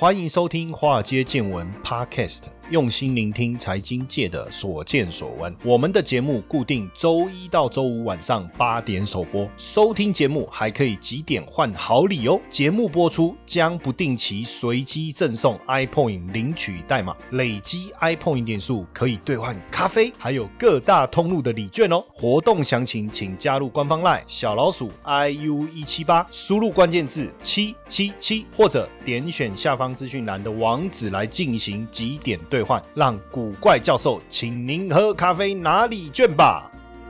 欢迎收听华尔街见闻 Podcast， 用心聆听财经界的所见所闻。我们的节目固定周一到周五晚上8点首播，收听节目还可以集点换好礼哦。节目播出将不定期随机赠送 iPoint 领取代码，累积 iPoint 点数可以兑换咖啡，还有各大通路的礼券哦。活动详情请加入官方 LINE 小老鼠 IU178， 输入关键字777，或者点选下方资讯栏的网址来进行集点兑换，让古怪教授请您喝咖啡拿礼券吧。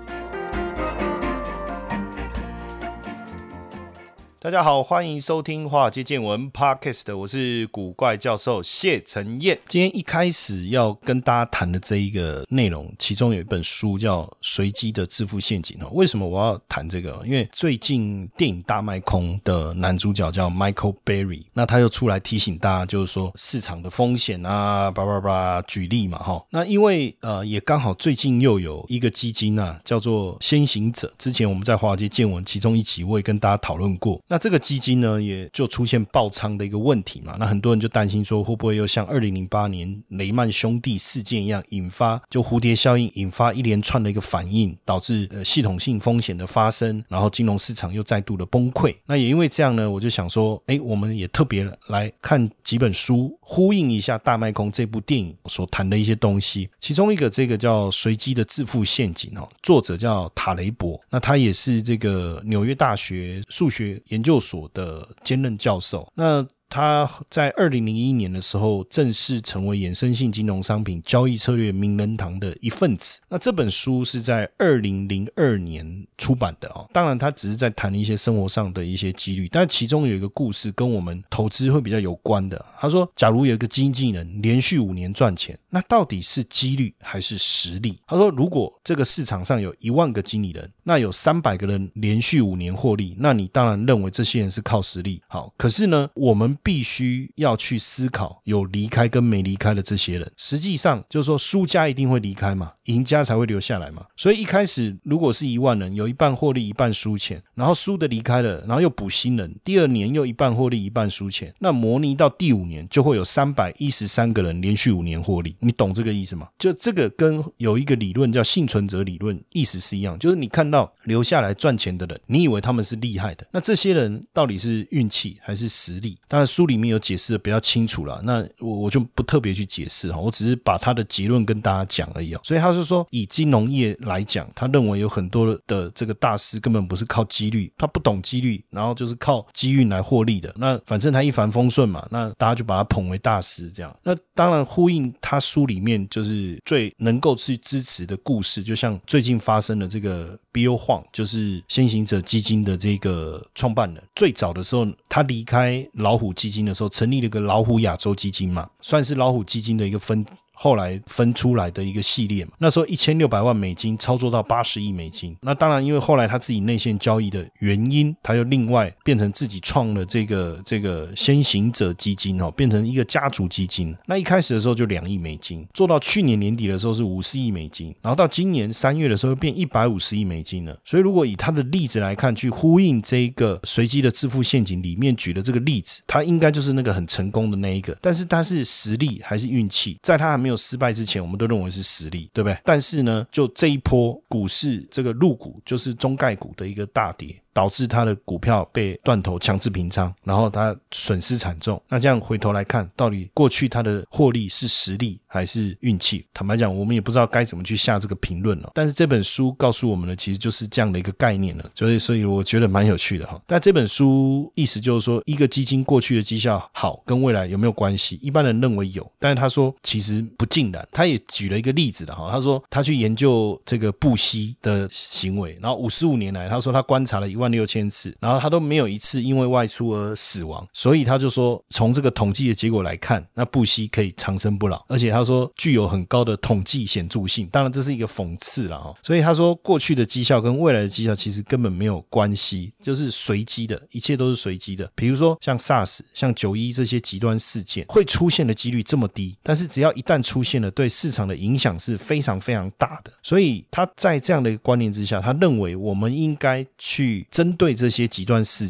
大家好，欢迎收听华尔街见闻 Podcast， 我是古怪教授谢承彦。今天一开始要跟大家谈的这一个内容，其中有一本书叫《随机的致富陷阱》。为什么我要谈这个？因为最近电影大卖空的男主角叫 Michael Berry， 那他又出来提醒大家，就是说市场的风险啊，叭叭叭，举例嘛齁。那因为也刚好最近又有一个基金啊，叫做先行者，之前我们在华尔街见闻其中一集我也跟大家讨论过。那这个基金呢，也就出现爆仓的一个问题嘛，那很多人就担心说，会不会又像2008年雷曼兄弟事件一样，引发就蝴蝶效应，引发一连串的一个反应，导致系统性风险的发生，然后金融市场又再度的崩溃。那也因为这样呢，我就想说，我们也特别来看几本书，呼应一下大卖空这部电影所谈的一些东西。其中一个这个叫随机的致富陷阱，作者叫塔雷伯，那他也是这个纽约大学数学研究所的兼任教授。那他在2001年的时候正式成为衍生性金融商品交易策略名人堂的一份子。那这本书是在2002年出版的当然他只是在谈一些生活上的一些几率，但其中有一个故事跟我们投资会比较有关的。他说，假如有一个经纪人连续5年赚钱，那到底是几率还是实力？他说，如果这个市场上有1万个经理人，那有300个人连续5年获利，那你当然认为这些人是靠实力。好，可是呢，我们必须要去思考有离开跟没离开的这些人，实际上就是说输家一定会离开嘛，赢家才会留下来嘛。所以一开始如果是1万人，有1半获利1半输钱，然后输的离开了，然后又补新人，第2年又1半获利1半输钱，那模拟到第5年就会有313个人连续5年获利。你懂这个意思吗？就这个跟有一个理论叫幸存者理论意思是一样，就是你看到留下来赚钱的人，你以为他们是厉害的，那这些人到底是运气还是实力？当然书里面有解释的比较清楚啦，那我就不特别去解释，我只是把他的结论跟大家讲而已。所以他是说，以金融业来讲，他认为有很多的这个大师根本不是靠几率，他不懂几率，然后就是靠机运来获利的。那反正他一帆风顺嘛，那大家就把他捧为大师这样。那当然呼应他书里面就是最能够去支持的故事，就像最近发生的这个 Bill Hwang， 就是先行者基金的这个创办人。最早的时候他离开老虎基金的时候，成立了一个老虎亚洲基金嘛，算是老虎基金的一个后来分出来的一个系列嘛。那时候1600万美金操作到80亿美金。那当然因为后来他自己内线交易的原因，他又另外变成自己创了这个先行者基金变成一个家族基金。那一开始的时候就2亿美金，做到去年年底的时候是50亿美金，然后到今年3月的时候变150亿美金了。所以如果以他的例子来看，去呼应这个随机的致富陷阱里面举的这个例子，他应该就是那个很成功的那一个。但是他是实力还是运气？在他还没有失败之前，我们都认为是实力，对不对？但是呢，就这一波股市这个陆股，就是中概股的一个大跌，导致他的股票被断头强制平仓，然后他损失惨重。那这样回头来看，到底过去他的获利是实力还是运气？坦白讲，我们也不知道该怎么去下这个评论了。但是这本书告诉我们的其实就是这样的一个概念了，所以我觉得蛮有趣的。但这本书意思就是说，一个基金过去的绩效好跟未来有没有关系？一般人认为有，但是他说其实不尽然。他也举了一个例子的，他说他去研究这个布希的行为，然后55年来，他说他观察了16000次，然后他都没有一次因为外出而死亡。所以他就说，从这个统计的结果来看，那布希可以长生不老，而且他说具有很高的统计显著性。当然这是一个讽刺啦。所以他说过去的绩效跟未来的绩效其实根本没有关系，就是随机的，一切都是随机的。比如说像 SARS 像911这些极端事件会出现的几率这么低，但是只要一旦出现了，对市场的影响是非常非常大的。所以他在这样的一个观念之下，他认为我们应该去针对这些极端事件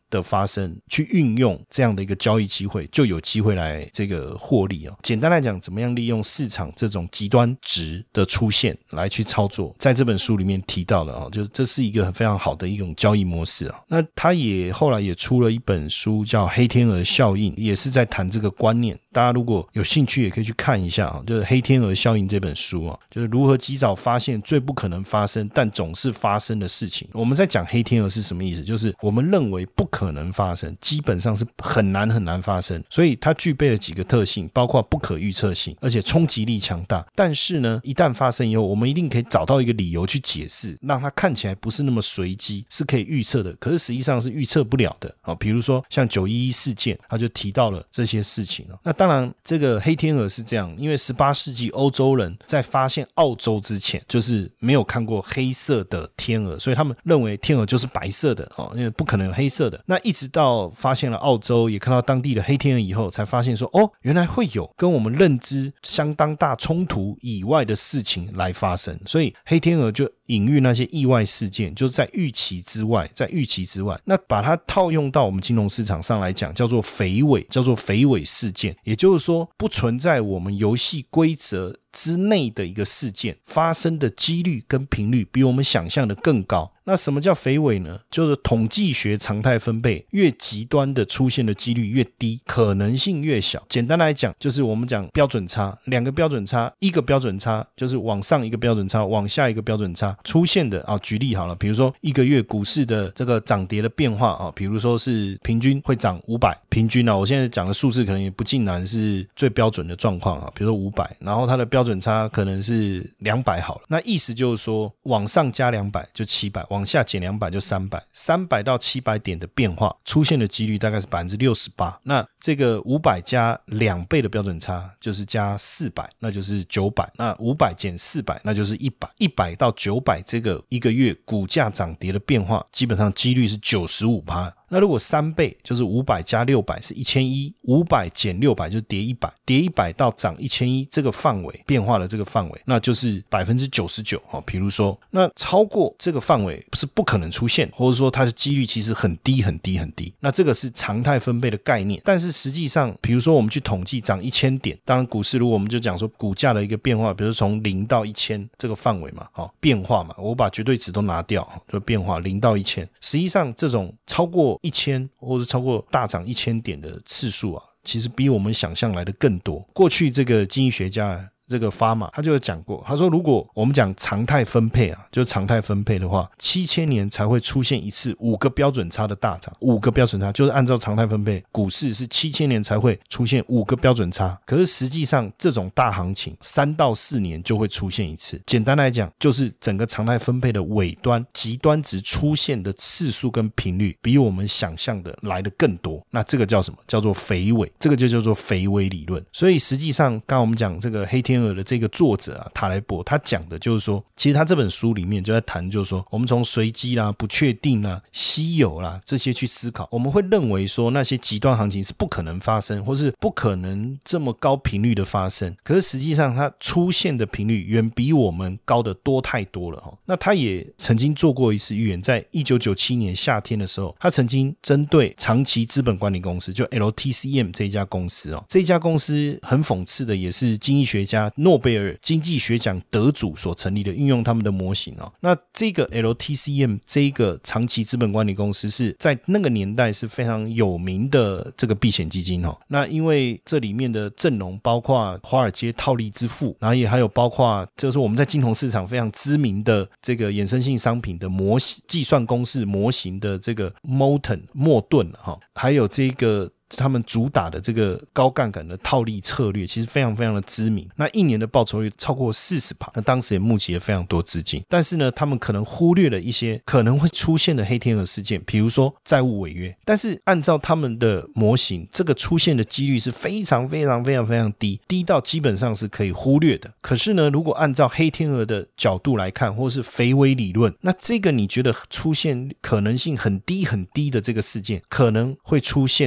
的发生去运用这样的一个交易机会，就有机会来这个获利哦。简单来讲，怎么样利用市场这种极端值的出现来去操作，在这本书里面提到了哦，就是这是一个非常好的一种交易模式啊。那他也后来也出了一本书叫《黑天鹅效应》，也是在谈这个观念。大家如果有兴趣也可以去看一下啊，就是《黑天鹅效应》这本书啊，就是如何及早发现最不可能发生但总是发生的事情。我们在讲黑天鹅是什么意思，就是我们认为不可能发生，基本上是很难很难发生，所以它具备了几个特性，包括不可预测性，而且冲击力强大。但是呢，一旦发生以后，我们一定可以找到一个理由去解释，让它看起来不是那么随机，是可以预测的，可是实际上是预测不了的。比如说像911事件，他就提到了这些事情。那当然这个黑天鹅是这样，因为18世纪欧洲人在发现澳洲之前就是没有看过黑色的天鹅，所以他们认为天鹅就是白色的，因为不可能有黑色的。那一直到发现了澳洲，也看到当地的黑天鹅以后，才发现说原来会有跟我们认知相当大冲突以外的事情来发生，所以黑天鹅就隐喻那些意外事件，就在预期之外，那把它套用到我们金融市场上来讲，叫做肥尾事件，也就是说不存在我们游戏规则之内的一个事件发生的几率跟频率比我们想象的更高。那什么叫肥尾呢？就是统计学常态分配，越极端的出现的几率越低，可能性越小。简单来讲，就是我们讲标准差，两个标准差，一个标准差就是往上一个标准差，往下一个标准差出现的举例好了，比如说一个月股市的这个涨跌的变化比如说是平均会涨500，平均我现在讲的数字可能也不尽然是最标准的状况比如说500，然后它的标准差可能是200好了，那意思就是说往上加200就700，往下减200就300到700点的变化出现的几率大概是 68%。 那这个500加2倍的标准差就是加400，那就是900，那500减400那就是100到900，这个一个月股价涨跌的变化基本上几率是 95%。那如果3倍就是500加600是1100，500减600就是跌100，跌100到涨1100这个范围变化的这个范围，那就是 99%。 比如说那超过这个范围是不可能出现，或者说它的几率其实很低，那这个是常态分配的概念。但是实际上比如说我们去统计涨1000点，当然股市如果我们就讲说股价的一个变化，比如说从0到1000这个范围嘛，变化嘛，我把绝对值都拿掉，就变化0到1000，实际上这种超过1000或者超过大涨1000点的次数其实比我们想象来的更多。过去这个经济学家这个发马他就有讲过，他说如果我们讲常态分配就是常态分配的话，7000年才会出现一次5个标准差的大涨，5个标准差就是按照常态分配，股市是7000年才会出现5个标准差，可是实际上这种大行情3到4年就会出现一次。简单来讲，就是整个常态分配的尾端极端值出现的次数跟频率比我们想象的来的更多，那这个叫什么？叫做肥尾，这个就叫做肥尾理论。所以实际上刚刚我们讲这个黑天鹅的这个作者塔莱伯，他讲的就是说，其实他这本书里面就在谈，就是说我们从随机啦、不确定啦、稀有啦这些去思考，我们会认为说那些极端行情是不可能发生，或是不可能这么高频率的发生，可是实际上它出现的频率远比我们高的多太多了。那他也曾经做过一次预言，在1997年夏天的时候，他曾经针对长期资本管理公司就 LTCM 这一家公司这一家公司很讽刺的也是经济学家诺贝尔经济学奖得主所成立的，运用他们的模型那这个 LTCM 这个长期资本管理公司是在那个年代是非常有名的这个避险基金那因为这里面的阵容包括华尔街套利之父，然后也还有包括就是我们在金融市场非常知名的这个衍生性商品的模型计算公式模型的这个莫顿还有这个他们主打的这个高杠杆的套利策略其实非常非常的知名，那一年的报酬率超过 40%， 那当时也募集了非常多资金，但是呢他们可能忽略了一些可能会出现的黑天鹅事件，比如说债务违约，但是按照他们的模型，这个出现的几率是非常非常非常非常低，低到基本上是可以忽略的。可是呢如果按照黑天鹅的角度来看，或是肥尾理论，那这个你觉得出现可能性很低很低的这个事件可能会出现的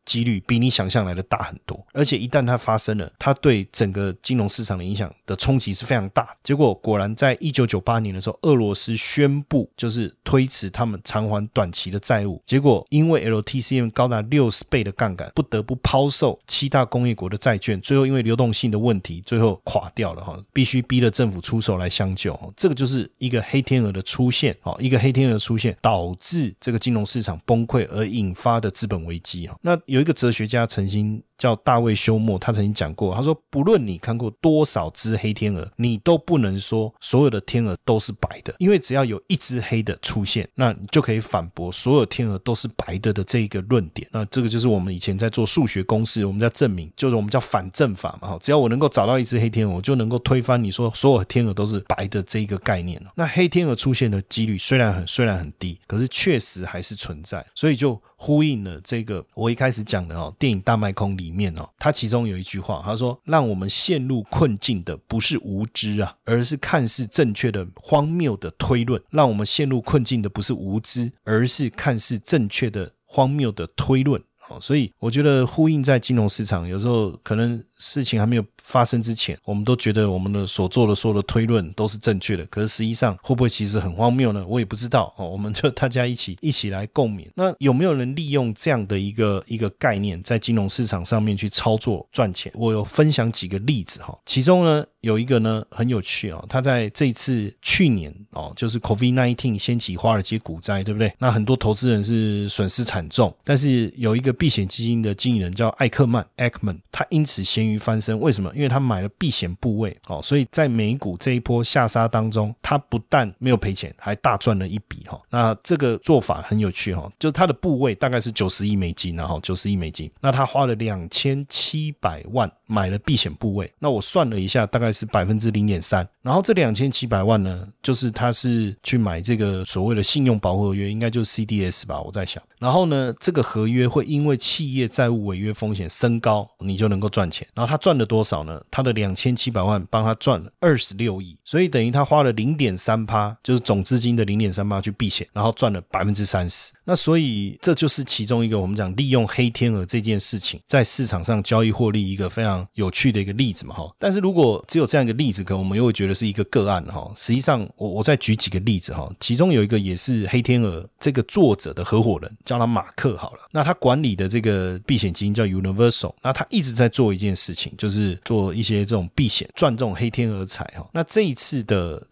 几率比你想象来的大很多，而且一旦它发生了，它对整个金融市场的影响的冲击是非常大。结果果然在1998年的时候，俄罗斯宣布就是推迟他们偿还短期的债务，结果因为 LTCM 高达60倍的杠杆，不得不抛售7大工业国的债券，最后因为流动性的问题最后垮掉了，必须逼了政府出手来相救。这个就是一个黑天鹅的出现，一个黑天鹅的出现导致这个金融市场崩溃而引发的资本危机。那有一个哲学家曾经叫大卫休谟，他曾经讲过，他说不论你看过多少只黑天鹅，你都不能说所有的天鹅都是白的，因为只要有一只黑的出现，那你就可以反驳所有天鹅都是白的的这一个论点。那这个就是我们以前在做数学公式，我们在证明，就是我们叫反证法嘛，只要我能够找到一只黑天鹅，我就能够推翻你说所有天鹅都是白的这一个概念。那黑天鹅出现的几率虽然很低，可是确实还是存在，所以就呼应了这个我一开始讲的电影大卖空里面它其中有一句话，他说让我们陷入困境的不是无知啊，而是看似正确的荒谬的推论。让我们陷入困境的不是无知，而是看似正确的荒谬的推论。所以我觉得呼应在金融市场，有时候可能事情还没有发生之前，我们都觉得我们的所做的所有的推论都是正确的，可是实际上会不会其实很荒谬呢？我也不知道，我们就大家一起来共勉。那有没有人利用这样的一个概念在金融市场上面去操作赚钱？我有分享几个例子，其中呢有一个呢很有趣，他在这一次去年就是 COVID-19 掀起华尔街股灾，对不对？那很多投资人是损失惨重，但是有一个避险基金的经理人叫艾克曼 Ackman， 他因此咸鱼翻身。为什么？因为他买了避险部位，所以在美股这一波下杀当中，他不但没有赔钱，还大赚了一笔。那这个做法很有趣，就是他的部位大概是90亿美金，90亿美金，那他花了2700万买了避险部位，那我算了一下，大概是 0.3%。 然后这2700万呢，就是他是去买这个所谓的信用保护合约，应该就是 CDS 吧，我在想。然后呢，这个合约会因为企业债务违约风险升高，你就能够赚钱。然后他赚了多少呢？他的2700万帮他赚了26亿，所以等于他花了 0.3%， 就是总资金的 0.3% 去避险，然后赚了 30%。那所以这就是其中一个我们讲利用黑天鹅这件事情在市场上交易获利一个非常有趣的一个例子嘛。但是如果只有这样一个例子，可能我们又会觉得是一个个案。实际上我再举几个例子，其中有一个也是黑天鹅这个作者的合伙人，叫他马克好了。那他管理的这个避险基金叫 Universal， 那他一直在做一件事情，就是做一些这种避险，赚这种黑天鹅财。那这一次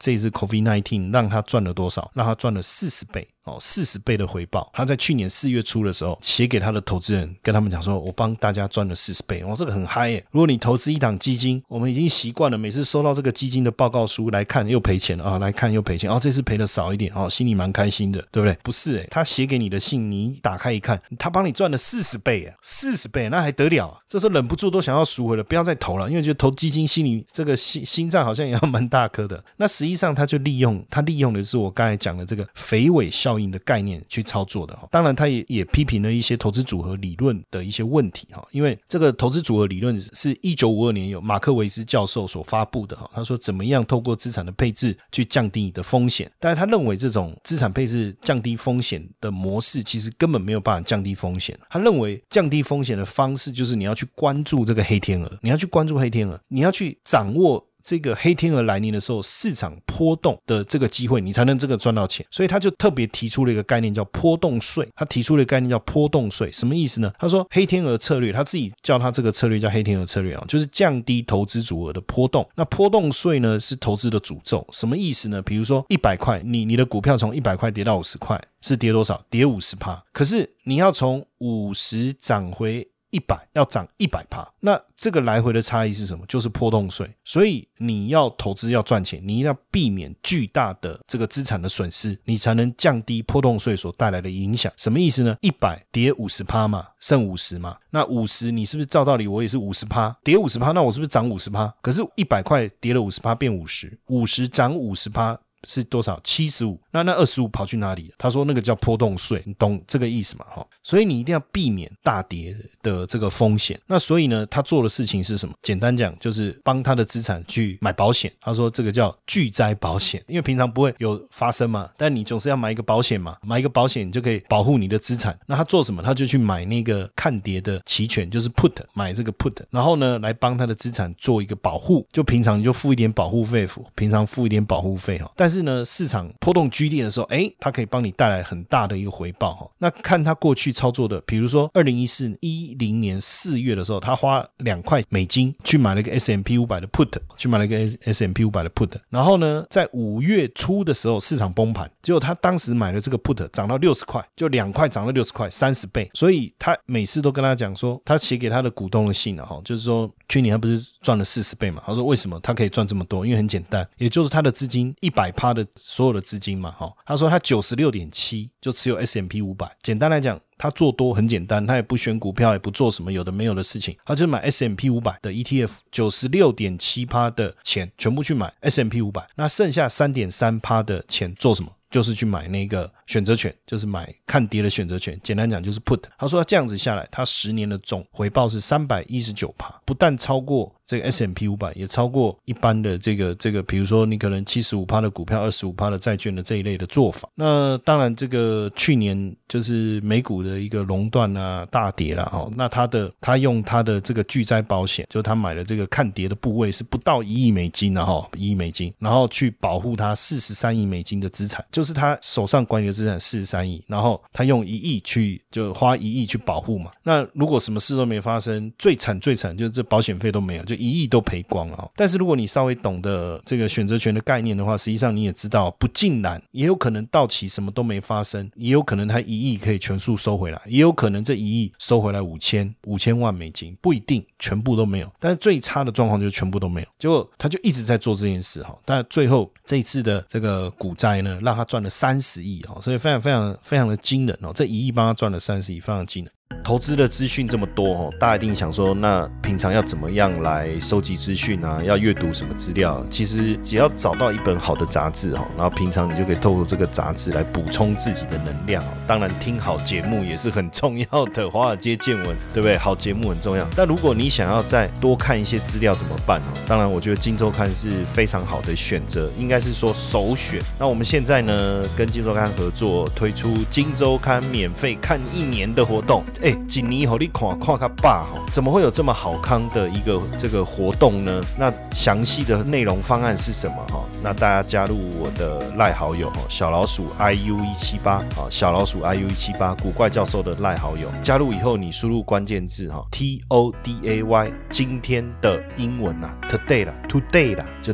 COVID-19 让他赚了多少？让他赚了40倍，40倍的回报。他在去年4月初的时候写给他的投资人，跟他们讲说我帮大家赚了40倍。这个很嗨耶。如果你投资一档基金，我们已经习惯了每次收到这个基金的报告书来看又赔钱了，来看又赔钱，这次赔的少一点，心里蛮开心的，对不对？不是耶，他写给你的信你打开一看，他帮你赚了40倍耶，40倍那还得了啊。这时候忍不住都想要赎回了，不要再投了，因为觉得投基金心里这个心脏好像也要蛮大颗的。那实际上他利用的是我刚才讲的这个肥尾效应的概念去操作的。当然他也批评了一些投资组合理论的一些问题，因为这个投资组合理论是1952年有马克维斯教授所发布的。他说怎么样透过资产的配置去降低你的风险，但是他认为这种资产配置降低风险的模式其实根本没有办法降低风险。他认为降低风险的方式就是你要去关注这个黑天鹅，你要去掌握这个黑天鹅来临的时候市场波动的这个机会，你才能这个赚到钱。所以他就特别提出了一个概念叫波动税。他提出了一个概念叫波动税，什么意思呢？他说黑天鹅策略，他自己叫他这个策略叫黑天鹅策略，就是降低投资组合的波动。那波动税呢是投资的诅咒。什么意思呢？比如说100块，你的股票从100块跌到50块，是跌多少？跌 50%。 可是你要从50涨回100，要涨 100%， 那这个来回的差异是什么？就是波动税。所以你要投资要赚钱，你一定要避免巨大的这个资产的损失，你才能降低波动税所带来的影响。什么意思呢？100跌 50% 嘛，剩50嘛，那50你是不是照道理我也是 50%， 跌 50%， 那我是不是涨 50%？ 可是100块跌了 50% 变50， 50涨 50% 是多少？75，那25跑去哪里？他说那个叫波动税，你懂这个意思吗？所以你一定要避免大跌的这个风险。那所以呢，他做的事情是什么？简单讲就是帮他的资产去买保险。他说这个叫巨灾保险，因为平常不会有发生嘛，但你总是要买一个保险嘛，买一个保险你就可以保护你的资产。那他做什么？他就去买那个看跌的期权，就是 put， 买这个 put， 然后呢来帮他的资产做一个保护，就平常你就付一点保护费，但是呢市场波动剧烈的时候，它可以帮你带来很大的一个回报。那看他过去操作的，比如说2010年4月的时候，他花$2去买了一个 S&P 500的 put， 然后呢在5月初的时候市场崩盘，结果他当时买了这个 put 涨到60块，就2块涨到60块，30倍。所以他每次都跟他讲说，他写给他的股东的信就是说去年他不是赚了40倍嘛，他说为什么他可以赚这么多？因为很简单，也就是他的资金 100% 的所有的资金嘛，他说他 96.7 就持有 S&P 500，简单来讲他做多很简单，他也不选股票，也不做什么有的没有的事情，他就买 S&P 500的 ETF， 96.7% 的钱全部去买 S&P 500，那剩下 3.3% 的钱做什么？就是去买那个选择权，就是买看跌的选择权，简单讲就是 put。 他说他这样子下来，他10年的总回报是 319%， 不但超过这个 S&P 500， 也超过一般的这个比如说你可能 75% 的股票 25% 的债券的这一类的做法。那当然这个去年就是美股的一个熔断啊大跌啦，那他用他的这个巨灾保险，就是他买的这个看跌的部位是不到$1亿1亿美金，然后去保护他43亿美金的资产，就是他手上管理的资产43亿，然后他用1亿就花1亿去保护嘛。那如果什么事都没发生，最惨就是这保险费都没有，就1亿都赔光了。但是如果你稍微懂得这个选择权的概念的话，实际上你也知道不尽然，也有可能到期什么都没发生，也有可能他1亿可以全数收回来，也有可能这1亿收回来5000万美金，不一定全部都没有，但是最差的状况就是全部都没有。结果他就一直在做这件事，但最后这一次的这个股灾呢，让他赚了30亿，所以非常的惊人，这1亿帮他赚了30亿，非常惊人。投资的资讯这么多，大家一定想说，那平常要怎么样来收集资讯啊？要阅读什么资料？其实只要找到一本好的杂志，然后平常你就可以透过这个杂志来补充自己的能量。当然听好节目也是很重要的，华尔街见闻对不对？好节目很重要。但如果你想要再多看一些资料怎么办？当然我觉得今周刊是非常好的选择，应该是说首选。那我们现在呢跟今周刊合作推出今周刊免费看1年的活动，一年给你看较饱，怎么会有这么好康的一个这个活动呢？那详细的内容方案是什么？那大家加入我的赖好友小老鼠 IU178， 小老鼠 IU178 古怪教授的赖好友，加入以后你输入关键字TODAY 今天的英文today 啦就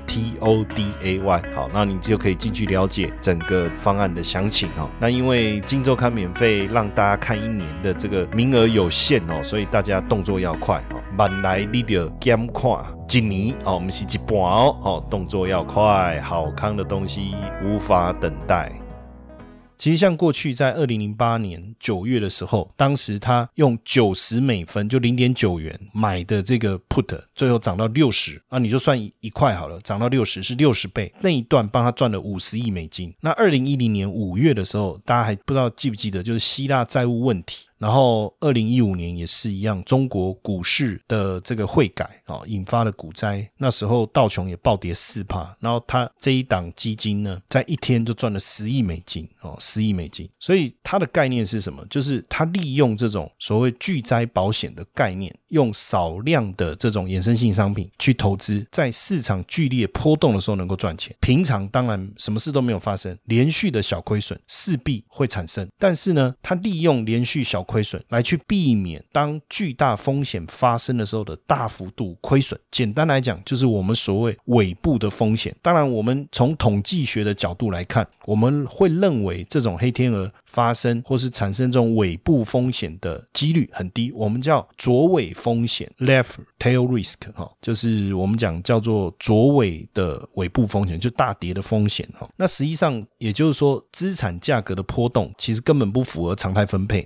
TODAY， 好，那你就可以进去了解整个方案的详情。那因为今周刊免费让大家看1年的这个名额有限，所以大家动作要快，慢来你就减看1年，不是一半动作要快，好康的东西无法等待。其实像过去在2008年9月的时候，当时他用90美分就 0.9 元买的这个 put， 最后涨到60，你就算1块好了，涨到60是60倍，那一段帮他赚了50亿美金。那2010年5月的时候，大家还不知道记不记得，就是希腊债务问题，然后2015年也是一样，中国股市的这个汇改引发了股灾，那时候道琼也暴跌 4%， 然后他这一档基金呢在一天就赚了10亿美金，10亿美金。所以它的概念是什么？就是他利用这种所谓巨灾保险的概念，用少量的这种衍生性商品去投资，在市场剧烈波动的时候能够赚钱。平常当然什么事都没有发生，连续的小亏损势必会产生，但是呢他利用连续小亏损来去避免当巨大风险发生的时候的大幅度亏损。简单来讲就是我们所谓尾部的风险。当然我们从统计学的角度来看，我们会认为这种黑天鹅发生或是产生这种尾部风险的几率很低，我们叫左尾风险 left tail risk， 就是我们讲叫做左尾的尾部风险，就大跌的风险。那实际上也就是说资产价格的波动其实根本不符合常态分配，所以才会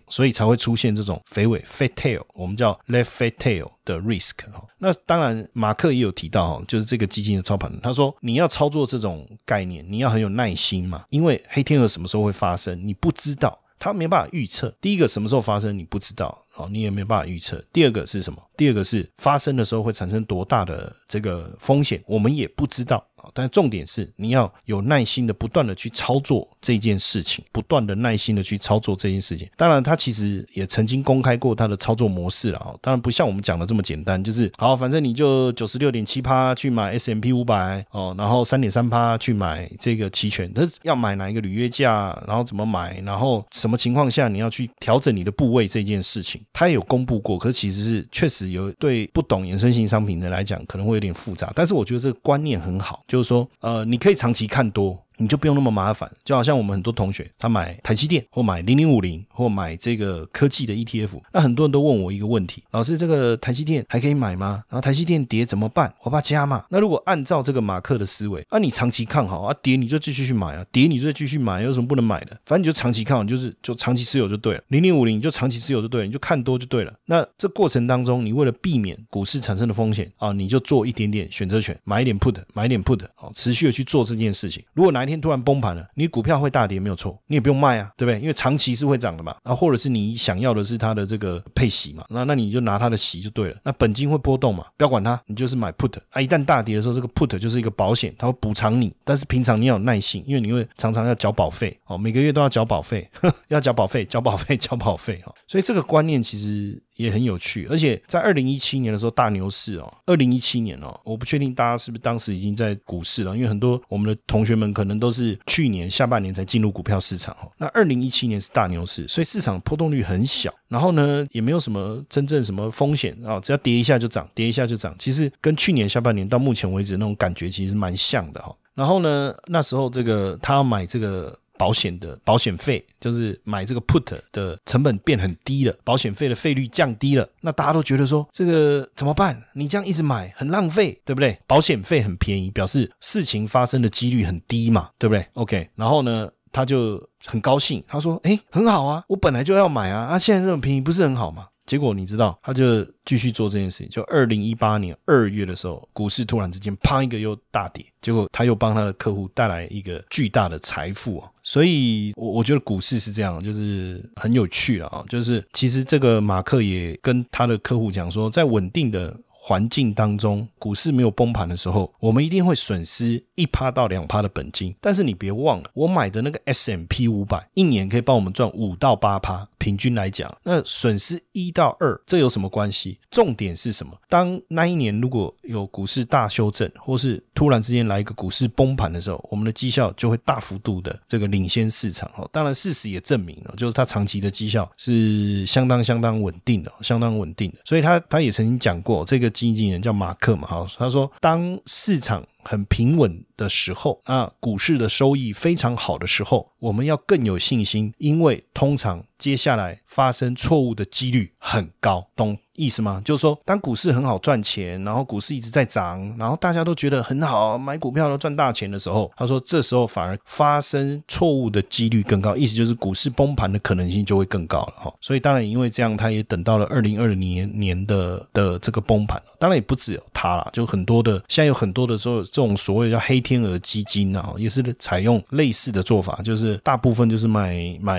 会出现这种肥尾 fat tail， 我们叫 left fat tail 的 risk。 那当然马克也有提到，就是这个基金的操盘人，他说你要操作这种概念，你要很有耐心嘛，因为黑天鹅什么时候会发生你不知道，他没办法预测。第一个什么时候发生你不知道，你也没办法预测。第二个是什么？第二个是发生的时候会产生多大的这个风险，我们也不知道。但重点是你要有耐心的不断的去操作这件事情，不断的耐心的去操作这件事情。当然他其实也曾经公开过他的操作模式啦，当然不像我们讲的这么简单，就是好反正你就 96.7% 去买 S&P 500然后 3.3% 去买这个期权，但是要买哪一个履约价，然后怎么买，然后什么情况下你要去调整你的部位这件事情他也有公布过。可是其实是确实有对不懂衍生性商品的来讲可能会有点复杂，但是我觉得这个观念很好，就是说你可以长期看多，你就不用那么麻烦。就好像我们很多同学他买台积电或买0050或买这个科技的 ETF， 那很多人都问我一个问题，老师这个台积电还可以买吗？然后台积电跌怎么办？我怕加码。那如果按照这个马克的思维你长期看好跌你就继续去买跌你就再继续买，有什么不能买的？反正你就长期看好，就长期持有就对了。0050你就长期持有就对了，你就看多就对了。那这过程当中你为了避免股市产生的风险你就做一点点选择权，买一点 put 买一点 put 持续的去做这件事情。如果哪一天突然崩盘了，你股票会大跌没有错，你也不用卖对不对？因为长期是会涨的嘛，或者是你想要的是它的这个配息嘛，那你就拿它的息就对了。那本金会波动嘛，不要管它，你就是买 put 一旦大跌的时候，这个 put 就是一个保险，它会补偿你。但是平常你要有耐心，因为你会常常要缴保费每个月都要缴保费要缴保费所以这个观念其实也很有趣。而且在2017年的时候大牛市2017年我不确定大家是不是当时已经在股市了，因为很多我们的同学们可能都是去年下半年才进入股票市场那2017年是大牛市，所以市场波动率很小，然后呢也没有什么真正什么风险只要跌一下就涨，跌一下就涨，其实跟去年下半年到目前为止那种感觉其实蛮像的然后呢那时候这个他要买这个保险的保险费，就是买这个 put 的成本变很低了，保险费的费率降低了，那大家都觉得说这个怎么办？你这样一直买很浪费，对不对？保险费很便宜，表示事情发生的几率很低嘛，对不对 ？OK， 然后呢他就很高兴，他说很好啊，我本来就要买现在这么便宜不是很好吗？结果你知道他就继续做这件事情，就2018年2月的时候股市突然之间砰一个又大跌，结果他又帮他的客户带来一个巨大的财富所以我觉得股市是这样，就是很有趣了就是其实这个马克也跟他的客户讲说，在稳定的环境当中，股市没有崩盘的时候，我们一定会损失 1% 到 2% 的本金，但是你别忘了我买的那个 S&P 500一年可以帮我们赚 5% 到 8%， 平均来讲那损失1到2这有什么关系？重点是什么？当那一年如果有股市大修正，或是突然之间来一个股市崩盘的时候，我们的绩效就会大幅度的这个领先市场当然事实也证明了，就是它长期的绩效是相当稳定的，相当稳定的。所以他也曾经讲过，这个基金经理人叫马克嘛他说当市场很平稳的时候，股市的收益非常好的时候，我们要更有信心，因为通常接下来发生错误的几率很高，懂意思吗？就是说当股市很好赚钱，然后股市一直在涨，然后大家都觉得很好，买股票都赚大钱的时候，他说这时候反而发生错误的几率更高，意思就是股市崩盘的可能性就会更高了所以当然因为这样，他也等到了2020年的这个崩盘，当然也不只有他啦，就很多的现在有很多的时候这种所谓叫黑天鹅基金也是采用类似的做法，就是大部分就是买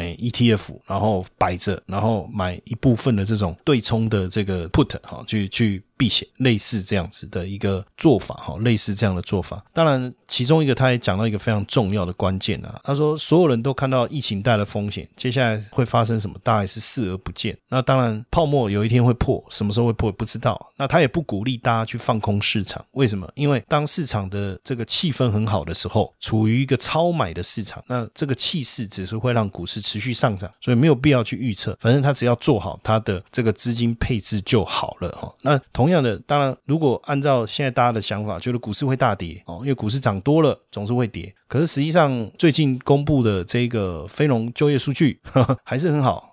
ETF 然后摆着，然后买一部分的这种对冲的这个 put 去避险，类似这样子的一个做法类似这样的做法。当然其中一个他也讲到一个非常重要的关键他说所有人都看到疫情带来的风险，接下来会发生什么大概是视而不见。那当然泡沫有一天会破，什么时候会破也不知道。那他也不鼓励大家去放空市场，为什么？因为当市场的这个气氛很好的时候，处于一个超买的市场，那这个气势只是会让股市持续上涨，所以没有必要去预测，反正他只要做好他的这个资金配置就好了那同样的，当然如果按照现在大家的想法，觉得股市会大跌因为股市涨多了总是会跌，可是实际上最近公布的这个非农就业数据还是很好，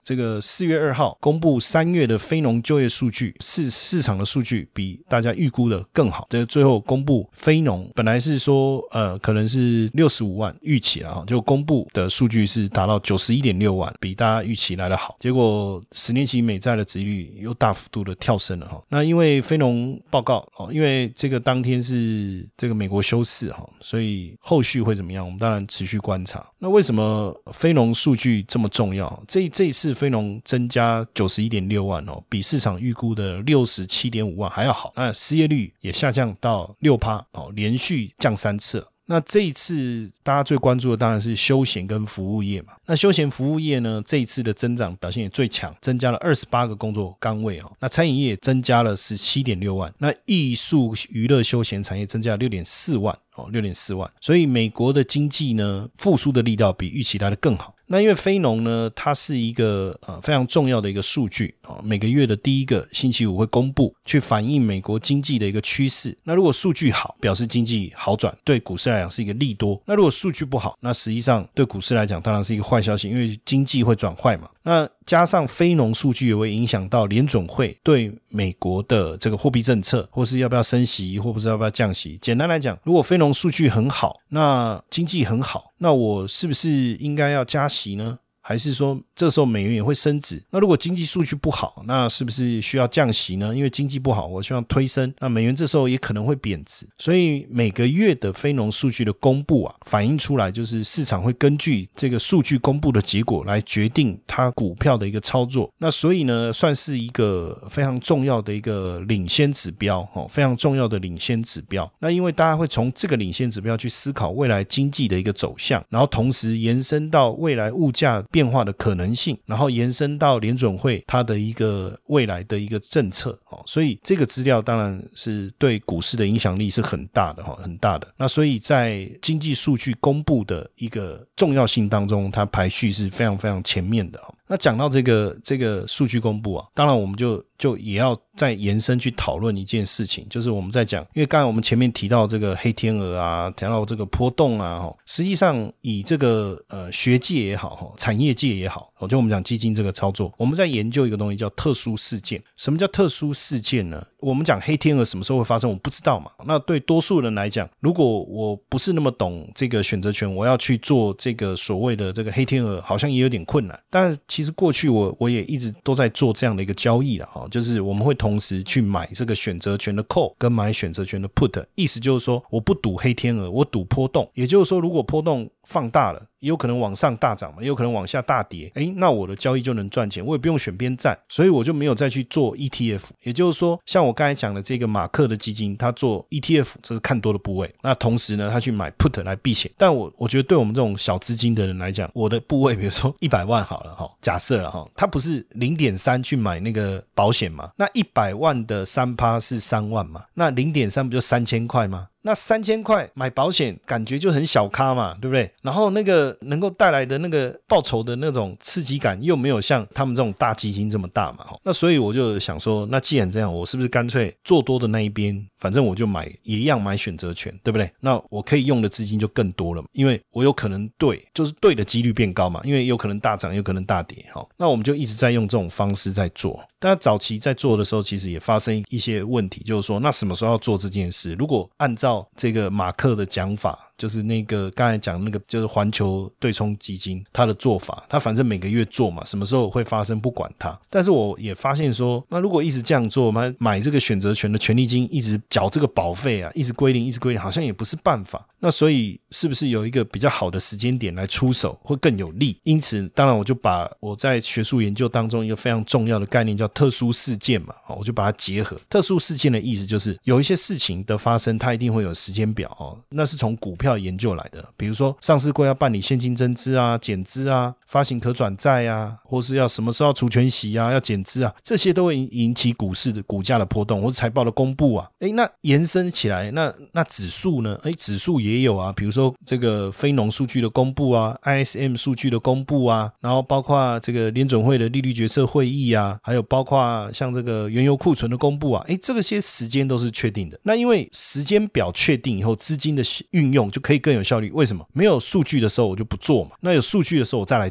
这个4月2号公布3月的非农就业数据，市场的数据比大家预估的更好。这最后公布非农本来是说可能是65万预期啦，就公布的数据是达到 91.6 万，比大家预期来的好。结果10年期美债的殖利率又大幅度的跳升了。那因为非农报告，因为这个当天是这个美国休市，所以后续会怎么样我们当然持续观察。那为什么非农数据这么重要？这一次非农增加 91.6 万，比市场预估的 67.5 万还要好。那失业率也下降到 6%， 连续降3次了。那这一次大家最关注的当然是休闲跟服务业嘛。那休闲服务业呢，这一次的增长表现也最强，增加了28个工作岗位。那餐饮业增加了 17.6 万，那艺术娱乐休闲产业增加了 6.4 万，6.4万。所以美国的经济呢复苏的力道比预期来的更好。那因为非农呢，它是一个非常重要的一个数据，每个月的第一个星期五会公布，去反映美国经济的一个趋势。那如果数据好，表示经济好转，对股市来讲是一个利多。那如果数据不好，那实际上对股市来讲当然是一个坏消息，因为经济会转坏嘛。那加上非农数据也会影响到联准会对美国的这个货币政策，或是要不要升息，或不是要不要降息。简单来讲，如果非农数据很好，那经济很好，那我是不是应该要加息呢？还是说这时候美元也会升值？那如果经济数据不好，那是不是需要降息呢？因为经济不好，我希望推升，那美元这时候也可能会贬值。所以每个月的非农数据的公布反映出来就是市场会根据这个数据公布的结果来决定它股票的一个操作。那所以呢，算是一个非常重要的一个领先指标，非常重要的领先指标。那因为大家会从这个领先指标去思考未来经济的一个走向，然后同时延伸到未来物价变化的可能性，然后延伸到联准会它的一个未来的一个政策。所以这个资料当然是对股市的影响力是很大的，很大的。那所以在经济数据公布的一个重要性当中，它排序是非常非常前面的。那讲到这个数据公布当然我们就也要再延伸去讨论一件事情，就是我们在讲，因为刚才我们前面提到这个黑天鹅提到这个波动实际上以这个学界也好，产业界也好，就我们讲基金这个操作，我们在研究一个东西叫特殊事件。什么叫特殊事件呢？我们讲黑天鹅什么时候会发生，我不知道嘛。那对多数人来讲，如果我不是那么懂这个选择权，我要去做这个所谓的这个黑天鹅，好像也有点困难。但其实过去我也一直都在做这样的一个交易啦，就是我们会同时去买这个选择权的 call 跟买选择权的 put， 意思就是说我不赌黑天鹅，我赌波动。也就是说，如果波动放大了，也有可能往上大涨嘛，也有可能往下大跌，那我的交易就能赚钱，我也不用选边站，所以我就没有再去做 ETF。 也就是说，像我刚才讲的这个马克的基金，他做 ETF 这是看多的部位，那同时呢他去买 put 来避险。但我觉得对我们这种小资金的人来讲，我的部位比如说100万好了，假设了他不是 0.3 去买那个保险嘛，那100万的 3% 是3万嘛，那 0.3 不就3000块吗？那3000块买保险感觉就很小咖嘛，对不对？然后那个能够带来的那个报酬的那种刺激感又没有像他们这种大基金这么大嘛。那所以我就想说，那既然这样，我是不是干脆做多的那一边，反正我就买也一样买选择权，对不对？那我可以用的资金就更多了嘛，因为我有可能就是对的几率变高嘛，因为有可能大涨有可能大跌。那我们就一直在用这种方式在做。但早期在做的时候其实也发生一些问题，就是说那什么时候要做这件事？如果按照这个马克的讲法，就是那个刚才讲那个就是环球对冲基金他的做法，他反正每个月做嘛，什么时候会发生不管它。但是我也发现说，那如果一直这样做，买这个选择权的权利金一直缴这个保费一直归零好像也不是办法。那所以是不是有一个比较好的时间点来出手会更有利？因此当然我就把我在学术研究当中一个非常重要的概念叫特殊事件嘛，我就把它结合。特殊事件的意思就是有一些事情的发生它一定会有时间表，那是从股票研究来的。比如说上市柜要办理现金增资减资发行可转债或是要什么时候要除权息要减资这些都会引起股市的股价的波动或是财报的公布那延伸起来那指数呢？指数也有比如说这个非农数据的公布ISM 数据的公布然后包括这个联准会的利率决策会议还有包括像这个原油库存的公布这些时间都是确定的。那因为时间表确定以后，资金的运用就可以更有效率。为什么？没有数据的时候我就不做嘛，那有数据的时候我再来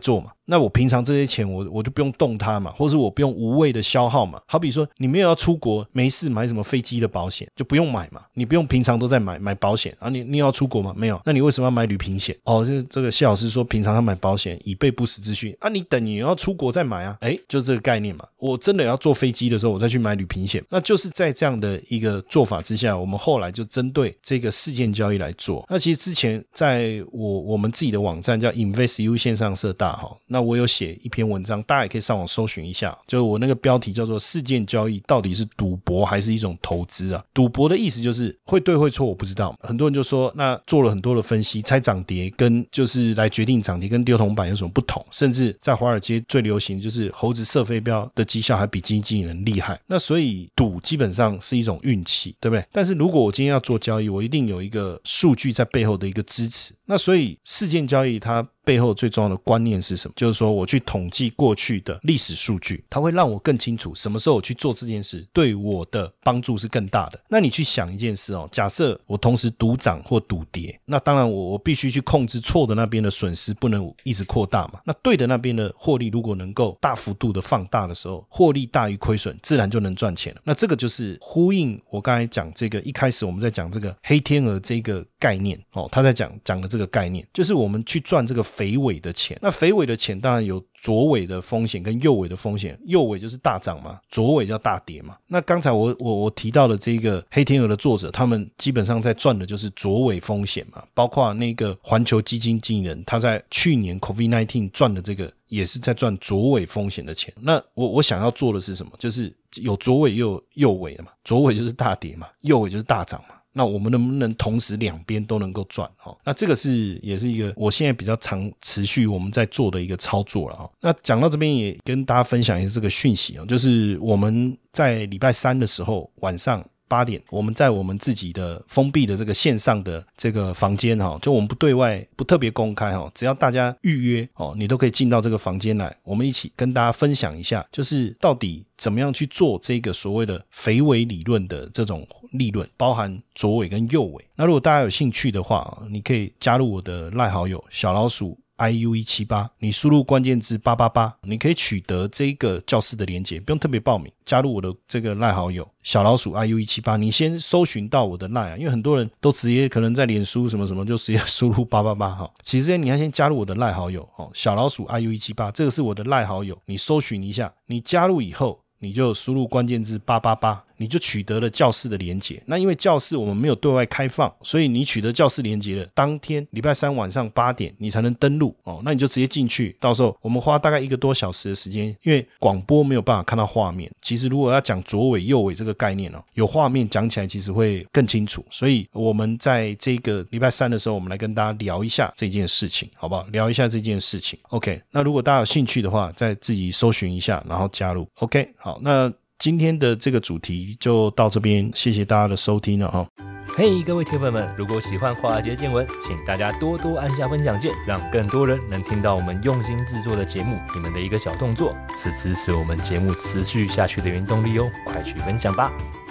做嘛。那我平常这些钱我就不用动它嘛，或是我不用无谓的消耗嘛。好比说你没有要出国，没事买什么飞机的保险就不用买嘛，你不用平常都在买保险啊。你要出国吗？没有，那你为什么要买旅平险？这个谢老师说平常要买保险以备不时之需啊，你等你要出国再买啊。就这个概念嘛。我真的要坐飞机的时候我再去买旅平险，那就是在这样的一个做法之下，我们后来就针对这个事件交易来做。那其实之前在我们自己的网站叫 InvestU 线上社大，那我有写一篇文章，大家也可以上网搜寻一下，就是我那个标题叫做事件交易到底是赌博还是一种投资啊。赌博的意思就是会对会错我不知道，很多人就说那做了很多的分析，猜涨跌跟就是来决定涨跌跟丢铜板有什么不同，甚至在华尔街最流行就是猴子射飞镖的绩效还比基金经理人厉害。那所以赌基本上是一种运气，对不对？但是如果我今天要做交易，我一定有一个数据在背后的一个支持。那所以事件交易它背后最重要的观念是什么？就是说我去统计过去的历史数据，它会让我更清楚什么时候我去做这件事对我的帮助是更大的。那你去想一件事假设我同时赌涨或赌跌，那当然我必须去控制错的那边的损失不能一直扩大嘛。那对的那边的获利如果能够大幅度的放大的时候，获利大于亏损，自然就能赚钱了。那这个就是呼应我刚才讲这个一开始我们在讲这个黑天鹅这个概念他在讲的这个概念，就是我们去赚这个肥尾的钱。那肥尾的钱当然有左尾的风险跟右尾的风险，右尾就是大涨嘛，左尾叫大跌嘛。那刚才我提到的这个黑天鹅的作者，他们基本上在赚的就是左尾风险嘛，包括那个环球基金经理人，他在去年 COVID-19 赚的这个也是在赚左尾风险的钱。那我想要做的是什么？就是有左尾又有右尾的嘛，左尾就是大跌嘛，右尾就是大涨嘛。那我们能不能同时两边都能够赚那这个也是一个我现在比较常持续我们在做的一个操作了那讲到这边也跟大家分享一下这个讯息就是我们在礼拜三的时候晚上8点，我们在我们自己的封闭的这个线上的这个房间就我们不对外不特别公开只要大家预约你都可以进到这个房间来，我们一起跟大家分享一下，就是到底怎么样去做这个所谓的肥尾理论的这种利润，包含左尾跟右尾。那如果大家有兴趣的话，你可以加入我的赖好友小老鼠IU178， 你输入关键字888，你可以取得这个教室的连结，不用特别报名，加入我的这个赖好友小老鼠 IU178， 你先搜寻到我的赖因为很多人都直接可能在脸书什么什么就直接输入888其实你要先加入我的赖好友小老鼠 IU178， 这个是我的赖好友，你搜寻一下，你加入以后你就输入关键字888，你就取得了教室的连结。那因为教室我们没有对外开放，所以你取得教室连结了，当天礼拜三晚上8点你才能登录那你就直接进去，到时候我们花大概1个多小时的时间，因为广播没有办法看到画面，其实如果要讲左尾右尾这个概念有画面讲起来其实会更清楚，所以我们在这个礼拜三的时候我们来跟大家聊一下这件事情，好不好？聊一下这件事情 OK， 那如果大家有兴趣的话再自己搜寻一下然后加入 OK。 好，那今天的这个主题就到这边，谢谢大家的收听了嘿，各位铁粉们，如果喜欢华尔街见闻，请大家多多按下分享键，让更多人能听到我们用心制作的节目。你们的一个小动作是支持我们节目持续下去的原动力快去分享吧。